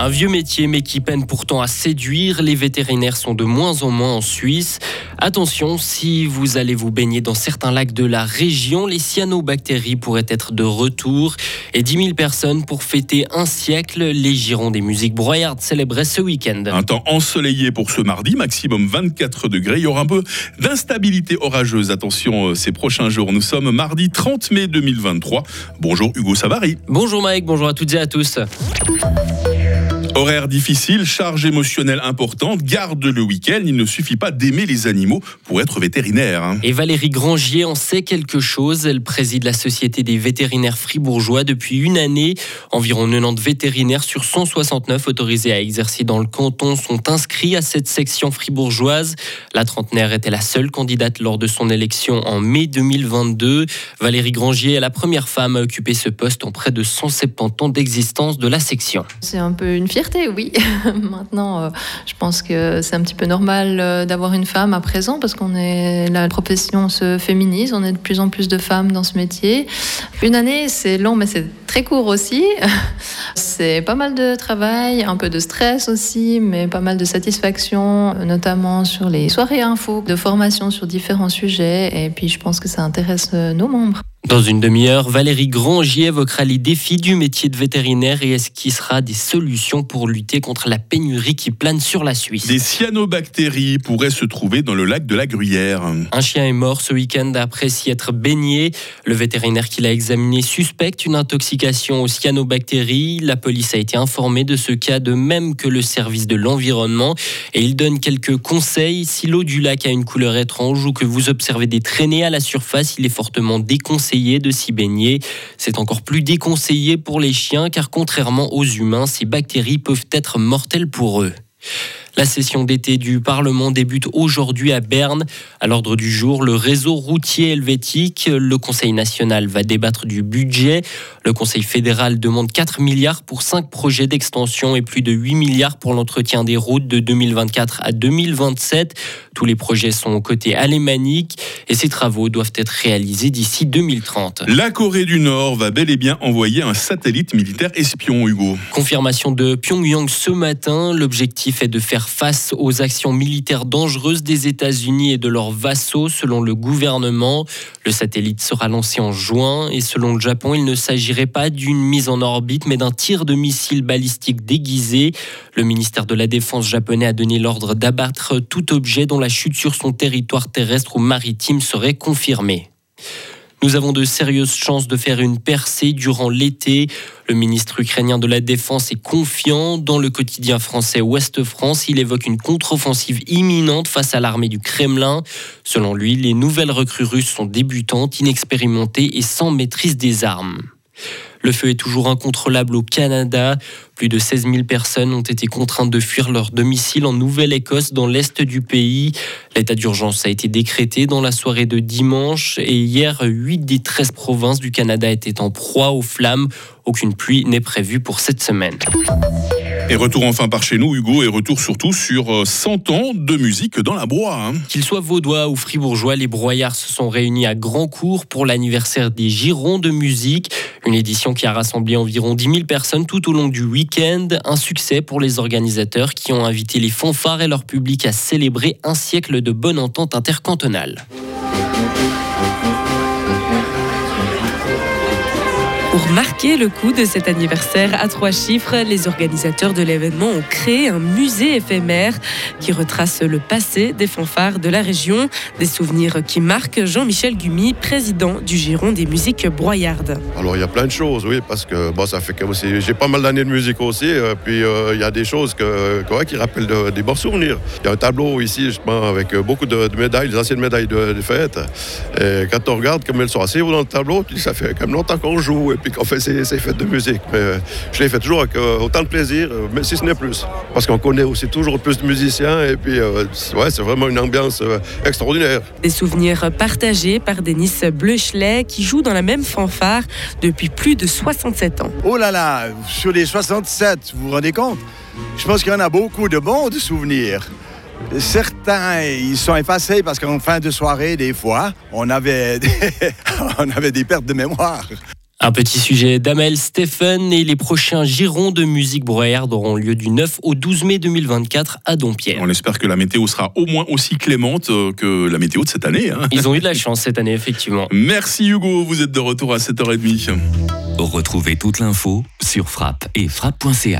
Un vieux métier mais qui peine pourtant à séduire. Les vétérinaires sont de moins en moins en Suisse. Attention, si vous allez vous baigner dans certains lacs de la région, les cyanobactéries pourraient être de retour. Et 10 000 personnes pour fêter un siècle. Les Girons des musiques broyardes célébraient ce week-end. Un temps ensoleillé pour ce mardi, maximum 24 degrés. Il y aura un peu d'instabilité orageuse. Attention ces prochains jours. Nous sommes mardi 30 mai 2023. Bonjour Hugo Savary. Bonjour Mike, bonjour à toutes et à tous. Horaire difficile, charge émotionnelle importante, garde le week-end. Il ne suffit pas d'aimer les animaux pour être vétérinaire. Et Valérie Grangier en sait quelque chose. Elle préside la Société des vétérinaires fribourgeois depuis une année. Environ 90 vétérinaires sur 169 autorisés à exercer dans le canton sont inscrits à cette section fribourgeoise. La trentenaire était la seule candidate lors de son élection en mai 2022. Valérie Grangier est la première femme à occuper ce poste en près de 170 ans d'existence de la section. C'est un peu une fierté, oui. Maintenant, je pense que c'est un petit peu normal d'avoir une femme à présent parce la profession se féminise, on est de plus en plus de femmes dans ce métier. Une année, c'est long, mais c'est très court aussi. C'est pas mal de travail, un peu de stress aussi, mais pas mal de satisfaction, notamment sur les soirées info, de formation sur différents sujets. Et puis, je pense que ça intéresse nos membres. Dans une demi-heure, Valérie Grangier évoquera les défis du métier de vétérinaire et esquissera des solutions pour lutter contre la pénurie qui plane sur la Suisse. Des cyanobactéries pourraient se trouver dans le lac de la Gruyère. Un chien est mort ce week-end après s'y être baigné. Le vétérinaire qui l'a examiné suspecte une intoxication aux cyanobactéries. La police a été informée de ce cas, de même que le service de l'environnement. Et il donne quelques conseils. Si l'eau du lac a une couleur étrange ou que vous observez des traînées à la surface, il est fortement déconseillé de s'y baigner. C'est encore plus déconseillé pour les chiens car contrairement aux humains, ces bactéries peuvent être mortelles pour eux. La session d'été du Parlement débute aujourd'hui à Berne. À l'ordre du jour, le réseau routier helvétique. Le Conseil national va débattre du budget. Le Conseil fédéral demande 4 milliards pour 5 projets d'extension et plus de 8 milliards pour l'entretien des routes de 2024 à 2027. Tous les projets sont côté alémanique et ces travaux doivent être réalisés d'ici 2030. La Corée du Nord va bel et bien envoyer un satellite militaire espion, Hugo. Confirmation de Pyongyang ce matin. L'objectif est de faire face aux actions militaires dangereuses des États-Unis et de leurs vassaux, selon le gouvernement. Le satellite sera lancé en juin et selon le Japon, il ne s'agirait pas d'une mise en orbite, mais d'un tir de missile balistique déguisé. Le ministère de la Défense japonais a donné l'ordre d'abattre tout objet dont la chute sur son territoire terrestre ou maritime serait confirmée. Nous avons de sérieuses chances de faire une percée durant l'été. Le ministre ukrainien de la Défense est confiant. Dans le quotidien français Ouest France, il évoque une contre-offensive imminente face à l'armée du Kremlin. Selon lui, les nouvelles recrues russes sont débutantes, inexpérimentées et sans maîtrise des armes. Le feu est toujours incontrôlable au Canada. Plus de 16 000 personnes ont été contraintes de fuir leur domicile en Nouvelle-Écosse, dans l'est du pays. L'état d'urgence a été décrété dans la soirée de dimanche. Et hier, 8 des 13 provinces du Canada étaient en proie aux flammes. Aucune pluie n'est prévue pour cette semaine. Et retour enfin par chez nous, Hugo, et retour surtout sur 100 ans de musique dans la broie. Qu'ils soient vaudois ou fribourgeois, les broyards se sont réunis à Grandcourt pour l'anniversaire des Girons de musique. Une édition qui a rassemblé environ 10 000 personnes tout au long du week-end. Un succès pour les organisateurs qui ont invité les fanfares et leur public à célébrer un siècle de bonne entente intercantonale. Pour marquer le coup de cet anniversaire à 3 chiffres, les organisateurs de l'événement ont créé un musée éphémère qui retrace le passé des fanfares de la région. Des souvenirs qui marquent Jean-Michel Gumi, président du Giron des musiques broyardes. Alors il y a plein de choses, oui, parce que ça fait que aussi, j'ai pas mal d'années de musique aussi, puis il y a des choses qui rappellent des bons souvenirs. Il y a un tableau ici justement avec beaucoup de médailles, des anciennes médailles de fête. Et quand on regarde comme elles sont assez haut dans le tableau, tu dis, ça fait quand même longtemps qu'on joue. Puis qu'on fait ces fêtes de musique. Mais je les fais toujours avec autant de plaisir, mais si ce n'est plus. Parce qu'on connaît aussi toujours plus de musiciens et puis c'est vraiment une ambiance extraordinaire. Des souvenirs partagés par Denis Bleuchelet qui joue dans la même fanfare depuis plus de 67 ans. Oh là là, sur les 67, vous vous rendez compte? Je pense qu'il y en a beaucoup de bons souvenirs. Certains, ils sont effacés parce qu'en fin de soirée, des fois, on avait des pertes de mémoire. Un petit sujet d'Amel Stephen et les prochains girons de musique broyarde auront lieu du 9 au 12 mai 2024 à Dompierre. On espère que la météo sera au moins aussi clémente que la météo de cette année. Ils ont eu de la chance cette année, effectivement. Merci Hugo, vous êtes de retour à 7h30. Retrouvez toute l'info sur Frappe et frappe.ch.